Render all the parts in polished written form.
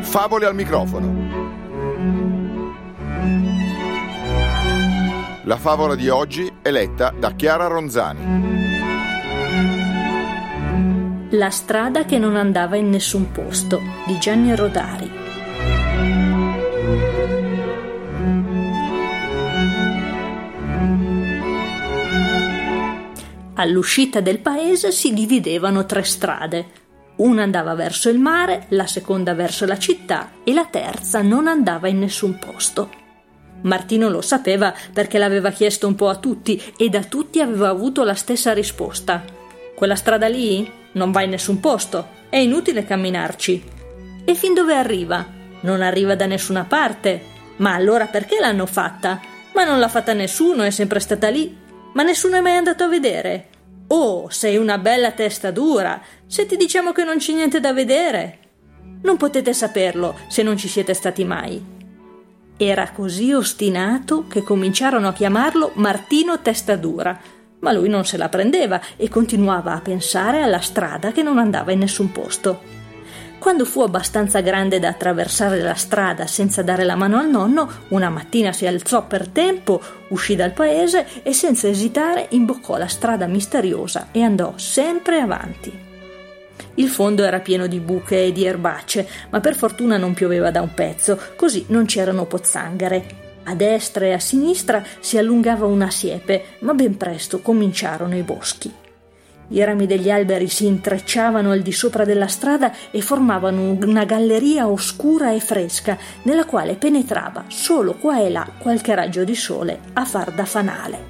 Favole al microfono. La favola di oggi è letta da Chiara Ronzani. La strada che non andava in nessun posto di Gianni Rodari. All'uscita del paese si dividevano 3 strade. Una andava verso il mare, la seconda verso la città e la terza non andava in nessun posto. Martino lo sapeva perché l'aveva chiesto un po' a tutti e da tutti aveva avuto la stessa risposta. Quella strada lì non va in nessun posto, è inutile camminarci. E fin dove arriva? Non arriva da nessuna parte. Ma allora perché l'hanno fatta? Ma non l'ha fatta nessuno, è sempre stata lì. Ma nessuno è mai andato a vedere. Oh, sei una bella testa dura, se ti diciamo che non c'è niente da vedere. Non potete saperlo se non ci siete stati mai. Era così ostinato che cominciarono a chiamarlo Martino Testa Dura, ma lui non se la prendeva e continuava a pensare alla strada che non andava in nessun posto. Quando fu abbastanza grande da attraversare la strada senza dare la mano al nonno, una mattina si alzò per tempo, uscì dal paese e senza esitare imboccò la strada misteriosa e andò sempre avanti. Il fondo era pieno di buche e di erbacce, ma per fortuna non pioveva da un pezzo, così non c'erano pozzanghere. A destra e a sinistra si allungava una siepe, ma ben presto cominciarono i boschi. I rami degli alberi si intrecciavano al di sopra della strada e formavano una galleria oscura e fresca, nella quale penetrava solo qua e là qualche raggio di sole a far da fanale.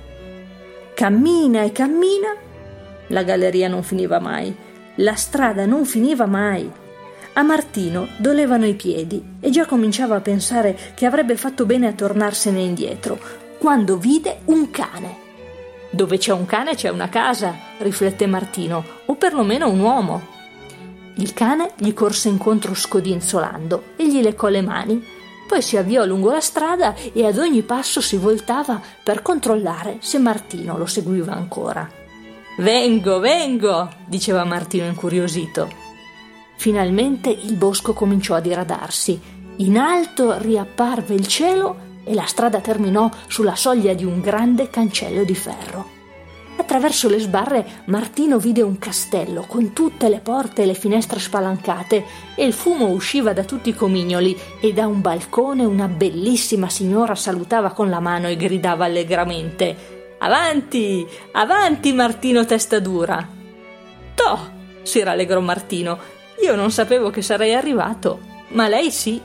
Cammina e cammina, la galleria non finiva mai, la strada non finiva mai. A Martino dolevano i piedi e già cominciava a pensare che avrebbe fatto bene a tornarsene indietro, quando vide un cane. Dove c'è un cane c'è una casa, riflette Martino, o perlomeno un uomo. Il cane gli corse incontro scodinzolando e gli leccò le mani, poi si avviò lungo la strada e ad ogni passo si voltava per controllare se Martino lo seguiva ancora. «Vengo, vengo!» diceva Martino incuriosito. Finalmente il bosco cominciò a diradarsi. In alto riapparve il cielo e la strada terminò sulla soglia di un grande cancello di ferro. Attraverso le sbarre Martino vide un castello con tutte le porte e le finestre spalancate e il fumo usciva da tutti i comignoli e da un balcone una bellissima signora salutava con la mano e gridava allegramente: «Avanti, avanti Martino Testa Dura!» «Toh!» si rallegrò Martino, «io non sapevo che sarei arrivato, ma lei sì!»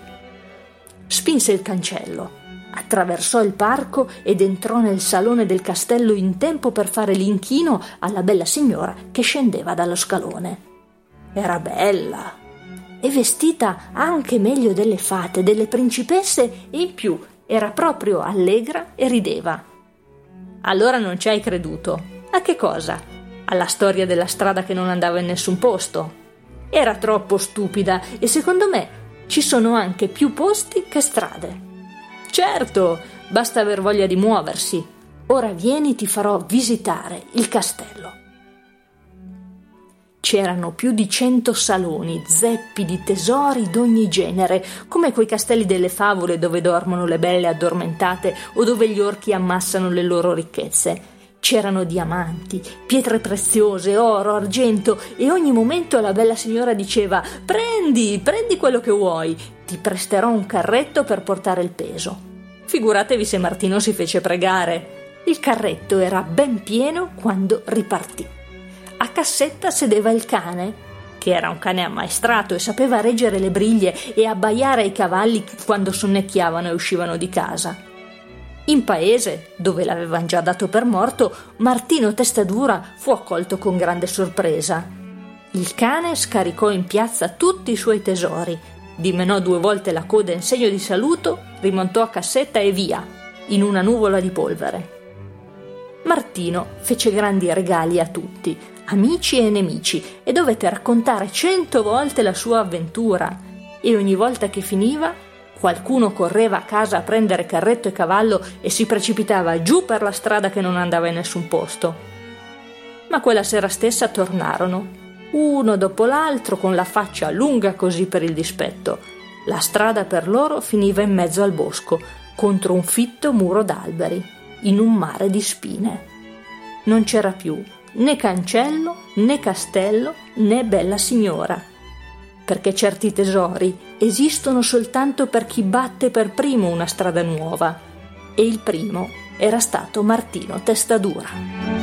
Spinse il cancello. Attraversò il parco ed entrò nel salone del castello in tempo per fare l'inchino alla bella signora che scendeva dallo scalone. Era bella e vestita anche meglio delle fate, delle principesse e in più era proprio allegra e rideva. «Allora non ci hai creduto. A che cosa? Alla storia della strada che non andava in nessun posto? Era troppo stupida e secondo me ci sono anche più posti che strade. Certo, basta aver voglia di muoversi. Ora vieni, ti farò visitare il castello». C'erano più di 100 saloni, zeppi di tesori d'ogni genere, come quei castelli delle favole dove dormono le belle addormentate o dove gli orchi ammassano le loro ricchezze. C'erano diamanti, pietre preziose, oro, argento e ogni momento la bella signora diceva: prendi quello che vuoi, ti presterò un carretto per portare il peso. Figuratevi se Martino si fece pregare. Il carretto era ben pieno quando ripartì. A cassetta sedeva il cane, che era un cane ammaestrato e sapeva reggere le briglie e abbaiare ai cavalli quando sonnecchiavano e uscivano di casa. In paese, dove l'avevano già dato per morto, Martino Testa Dura fu accolto con grande sorpresa. Il cane scaricò in piazza tutti i suoi tesori, dimenò 2 volte la coda in segno di saluto, rimontò a cassetta e via, in una nuvola di polvere. Martino fece grandi regali a tutti, amici e nemici, e dovette raccontare 100 volte la sua avventura, e ogni volta che finiva qualcuno correva a casa a prendere carretto e cavallo e si precipitava giù per la strada che non andava in nessun posto. Ma quella sera stessa tornarono, uno dopo l'altro con la faccia lunga così per il dispetto. La strada per loro finiva in mezzo al bosco, contro un fitto muro d'alberi, in un mare di spine. Non c'era più né cancello, né castello, né bella signora, perché certi tesori esistono soltanto per chi batte per primo una strada nuova, e il primo era stato Martino Testadura.